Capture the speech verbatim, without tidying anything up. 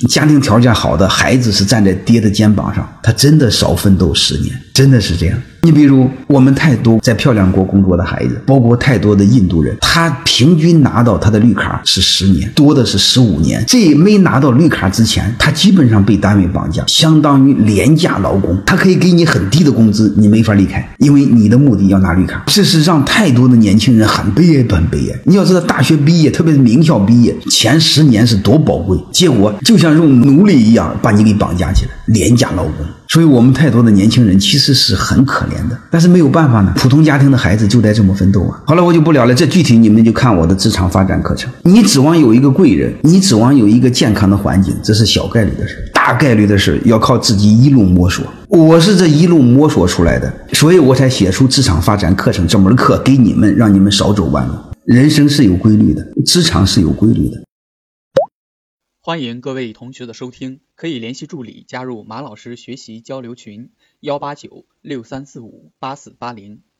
家庭条件好的孩子是站在爹的肩膀上，他真的少奋斗十年，真的是这样。你比如我们太多在漂亮国工作的孩子，包括太多的印度人，他平均拿到他的绿卡是十年，多的是十五年。这没拿到绿卡之前，他基本上被单位绑架，相当于廉价劳工，他可以给你很低的工资，你没法离开，因为你的目的要拿绿卡。这是让太多的年轻人很悲哀很悲哀。你要知道大学毕业，特别是名校毕业，前十年是多宝贵，结果就像用奴隶一样把你给绑架起来，廉价劳工。所以我们太多的年轻人其实是很可怜的，但是没有办法呢，普通家庭的孩子就得这么奋斗啊。好了，我就不聊了，这具体你们就看我的职场发展课程。你指望有一个贵人，你指望有一个健康的环境，这是小概率的事，大概率的事要靠自己一路摸索。我是这一路摸索出来的，所以我才写出职场发展课程这门课给你们，让你们少走弯路。人生是有规律的，职场是有规律的。 欢迎各位同学的收听，可以联系助理加入马老师学习交流群幺八九六三四五八四八零。